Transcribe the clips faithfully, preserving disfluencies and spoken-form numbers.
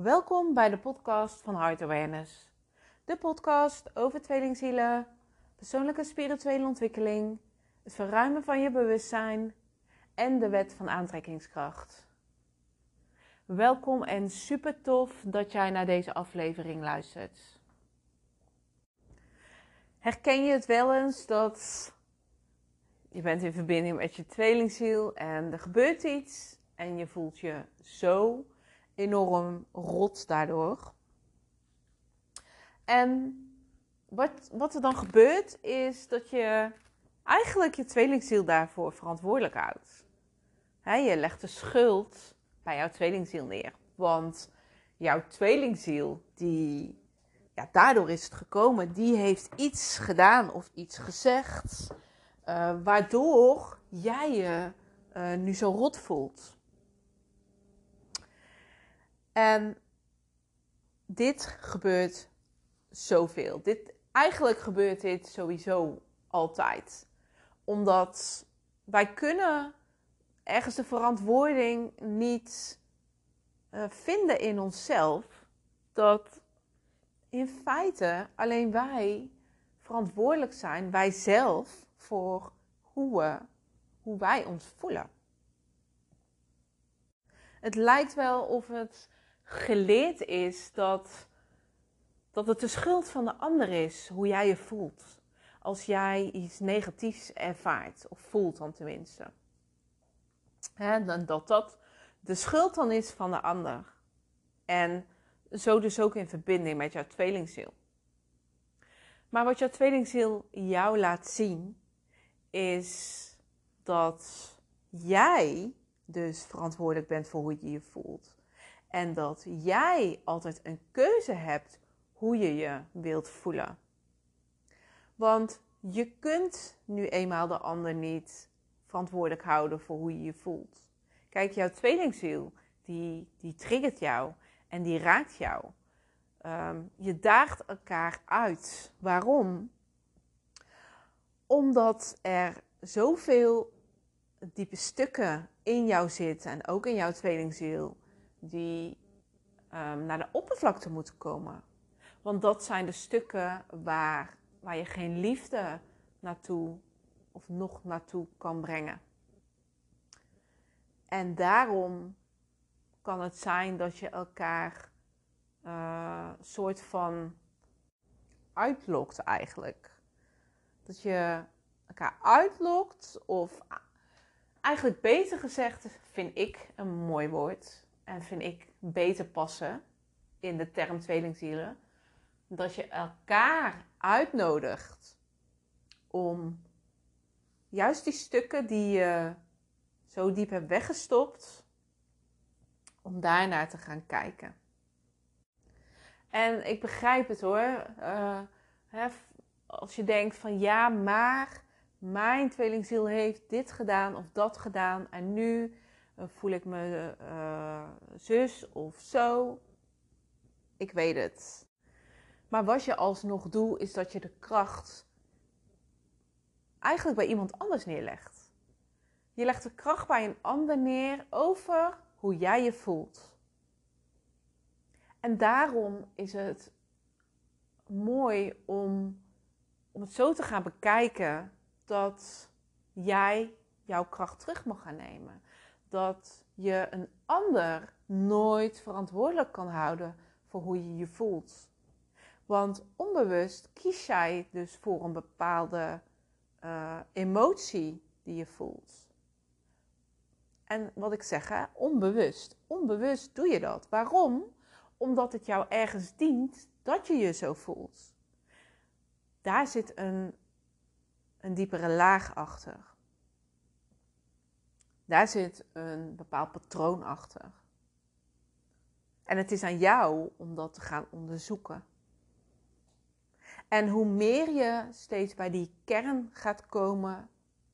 Welkom bij de podcast van Heart Awareness. De podcast over tweelingzielen, persoonlijke spirituele ontwikkeling, het verruimen van je bewustzijn en de wet van aantrekkingskracht. Welkom en super tof dat jij naar deze aflevering luistert. Herken je het wel eens dat je bent in verbinding met je tweelingziel en er gebeurt iets en je voelt je zo enorm rot daardoor. En wat, wat er dan gebeurt is dat je eigenlijk je tweelingziel daarvoor verantwoordelijk houdt. He, je legt de schuld bij jouw tweelingziel neer. Want jouw tweelingziel, die, ja, daardoor is het gekomen, die heeft iets gedaan of iets gezegd, uh, waardoor jij je uh, nu zo rot voelt. En dit gebeurt zoveel. Dit, eigenlijk gebeurt dit sowieso altijd. Omdat wij kunnen ergens de verantwoording niet uh, vinden in onszelf. Dat in feite alleen wij verantwoordelijk zijn, wij zelf, voor hoe, we, hoe wij ons voelen. Het lijkt wel of het geleerd is dat, dat het de schuld van de ander is, hoe jij je voelt. Als jij iets negatiefs ervaart, of voelt dan tenminste. He, dan dat dat de schuld dan is van de ander. En zo dus ook in verbinding met jouw tweelingziel. Maar wat jouw tweelingziel jou laat zien, is dat jij dus verantwoordelijk bent voor hoe je je voelt. En dat jij altijd een keuze hebt hoe je je wilt voelen. Want je kunt nu eenmaal de ander niet verantwoordelijk houden voor hoe je je voelt. Kijk, jouw tweelingziel, die, die triggert jou en die raakt jou. Um, je daagt elkaar uit. Waarom? Omdat er zoveel diepe stukken in jou zitten en ook in jouw tweelingziel die um, naar de oppervlakte moeten komen. Want dat zijn de stukken waar, waar je geen liefde naartoe of nog naartoe kan brengen. En daarom kan het zijn dat je elkaar uh, soort van uitlokt eigenlijk. Dat je elkaar uitlokt of eigenlijk beter gezegd, vind ik een mooi woord en vind ik beter passen in de term tweelingzielen, dat je elkaar uitnodigt om juist die stukken die je zo diep hebt weggestopt, om daarnaar te gaan kijken. En ik begrijp het hoor, uh, hè, als je denkt van ja, maar mijn tweelingziel heeft dit gedaan of dat gedaan en nu uh, voel ik me uh, zus of zo. Ik weet het. Maar wat je alsnog doet, is dat je de kracht eigenlijk bij iemand anders neerlegt. Je legt de kracht bij een ander neer over hoe jij je voelt. En daarom is het mooi om, om het zo te gaan bekijken dat jij jouw kracht terug mag gaan nemen. Dat je een ander nooit verantwoordelijk kan houden voor hoe je je voelt. Want onbewust kies jij dus voor een bepaalde uh, emotie die je voelt. En wat ik zeg, hè, onbewust. Onbewust doe je dat. Waarom? Omdat het jou ergens dient dat je je zo voelt. Daar zit een, een diepere laag achter. Daar zit een bepaald patroon achter. En het is aan jou om dat te gaan onderzoeken. En hoe meer je steeds bij die kern gaat komen,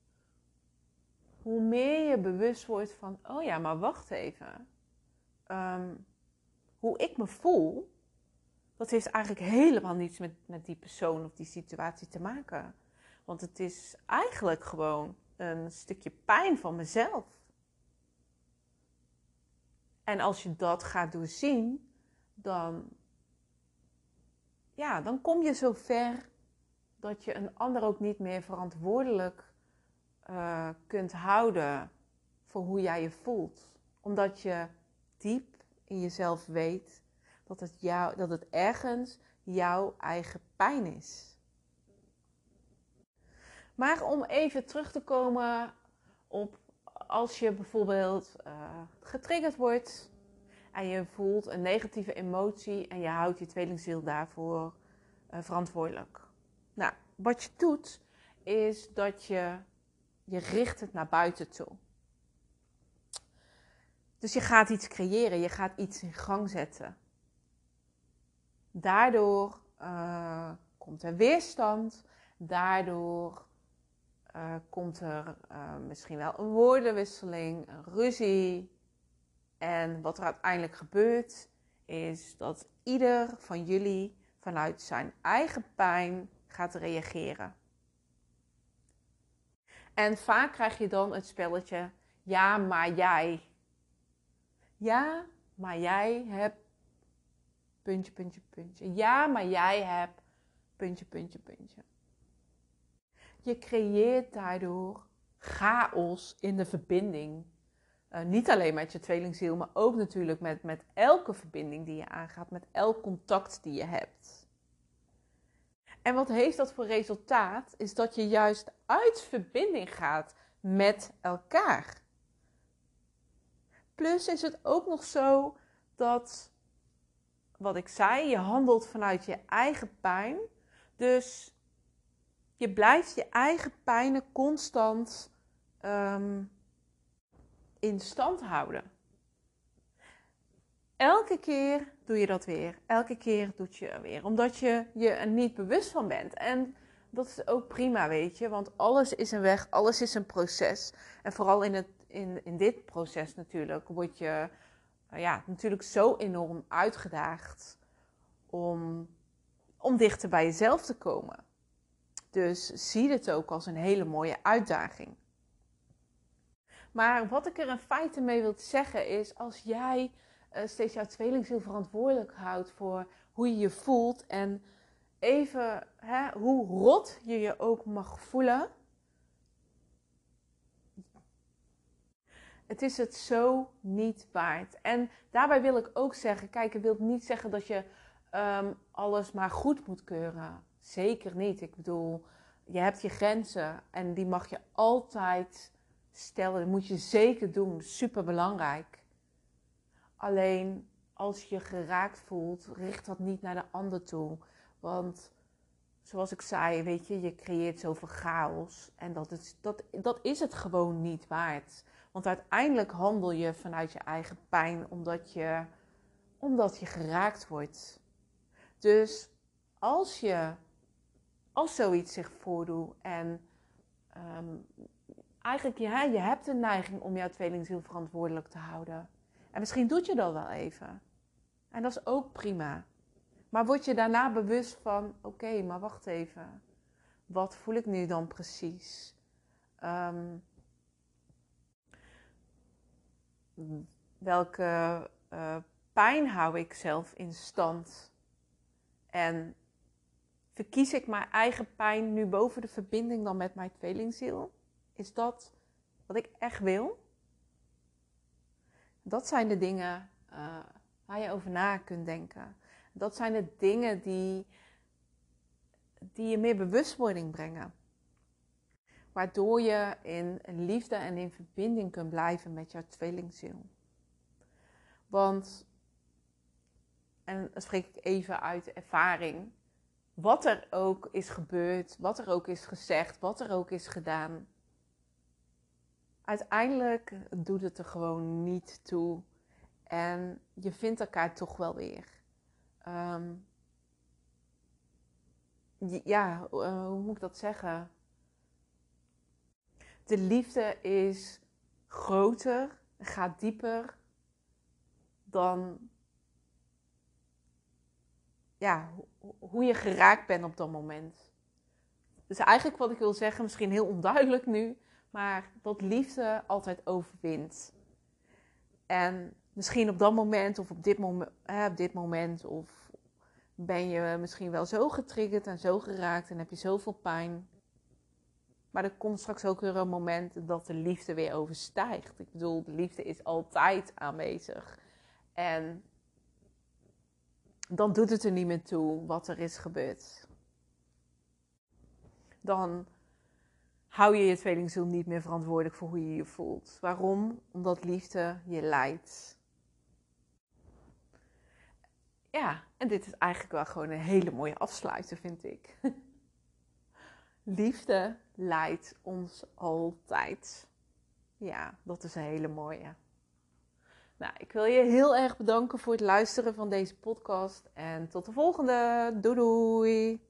hoe meer je bewust wordt van, oh ja, maar wacht even. Um, hoe ik me voel, dat heeft eigenlijk helemaal niets met, met die persoon of die situatie te maken. Want het is eigenlijk gewoon een stukje pijn van mezelf. En als je dat gaat doorzien, dan, ja, dan kom je zo ver dat je een ander ook niet meer verantwoordelijk uh, kunt houden voor hoe jij je voelt. Omdat je diep in jezelf weet dat het, jou, dat het ergens jouw eigen pijn is. Maar om even terug te komen op als je bijvoorbeeld uh, getriggerd wordt en je voelt een negatieve emotie en je houdt je tweelingziel daarvoor uh, verantwoordelijk. Nou, wat je doet is dat je, je richt het naar buiten toe. Dus je gaat iets creëren, je gaat iets in gang zetten. Daardoor uh, komt er weerstand, daardoor uh, komt er uh, misschien wel een woordenwisseling, een ruzie. En wat er uiteindelijk gebeurt is dat ieder van jullie vanuit zijn eigen pijn gaat reageren. En vaak krijg je dan het spelletje, ja, maar jij. Ja, maar jij hebt, puntje, puntje, puntje. Ja, maar jij hebt, puntje, puntje, puntje. Je creëert daardoor chaos in de verbinding. Uh, niet alleen met je tweelingziel, maar ook natuurlijk met, met elke verbinding die je aangaat, met elk contact die je hebt. En wat heeft dat voor resultaat? Is dat je juist uit verbinding gaat met elkaar. Plus is het ook nog zo dat, wat ik zei, je handelt vanuit je eigen pijn. Dus je blijft je eigen pijnen constant um, in stand houden. Elke keer doe je dat weer. Elke keer doe je het weer. Omdat je je er niet bewust van bent. En dat is ook prima, weet je. Want alles is een weg, alles is een proces. En vooral in, het, in, in dit proces natuurlijk word je uh, ja, natuurlijk zo enorm uitgedaagd om, om dichter bij jezelf te komen. Dus zie het ook als een hele mooie uitdaging. Maar wat ik er in feite mee wil zeggen is, als jij uh, steeds jouw tweelingziel verantwoordelijk houdt voor hoe je je voelt en even hè, hoe rot je je ook mag voelen, het is het zo niet waard. En daarbij wil ik ook zeggen, kijk, ik wil niet zeggen dat je um, alles maar goed moet keuren. Zeker niet. Ik bedoel, je hebt je grenzen en die mag je altijd stellen. Dat moet je zeker doen. Super belangrijk. Alleen als je geraakt voelt, richt dat niet naar de ander toe. Want zoals ik zei, weet je, je creëert zoveel chaos. En dat is, dat, dat is het gewoon niet waard. Want uiteindelijk handel je vanuit je eigen pijn omdat je, omdat je geraakt wordt. Dus als je, als zoiets zich voordoet en um, eigenlijk ja, je hebt een neiging om jouw tweelingziel verantwoordelijk te houden. En misschien doet je dat wel even. En dat is ook prima. Maar word je daarna bewust van, oké, okay, maar wacht even. Wat voel ik nu dan precies? Um, welke uh, pijn hou ik zelf in stand? En verkies ik mijn eigen pijn nu boven de verbinding dan met mijn tweelingziel? Is dat wat ik echt wil? Dat zijn de dingen uh, waar je over na kunt denken. Dat zijn de dingen die, die je meer bewustwording brengen. Waardoor je in liefde en in verbinding kunt blijven met jouw tweelingziel. Want, en dan spreek ik even uit ervaring, wat er ook is gebeurd, wat er ook is gezegd, wat er ook is gedaan, uiteindelijk doet het er gewoon niet toe. En je vindt elkaar toch wel weer. Um, ja, uh, hoe moet ik dat zeggen? De liefde is groter, gaat dieper dan ja, hoe je geraakt bent op dat moment. Dus eigenlijk wat ik wil zeggen, misschien heel onduidelijk nu, maar dat liefde altijd overwint. En misschien op dat moment of op dit, mom- eh, op dit moment of ben je misschien wel zo getriggerd en zo geraakt en heb je zoveel pijn. Maar er komt straks ook weer een moment dat de liefde weer overstijgt. Ik bedoel, de liefde is altijd aanwezig. En dan doet het er niet meer toe wat er is gebeurd. Dan hou je je tweelingzoon niet meer verantwoordelijk voor hoe je je voelt. Waarom? Omdat liefde je leidt. Ja, en dit is eigenlijk wel gewoon een hele mooie afsluiter, vind ik. Liefde leidt ons altijd. Ja, dat is een hele mooie. Nou, ik wil je heel erg bedanken voor het luisteren van deze podcast. En tot de volgende. Doei doei!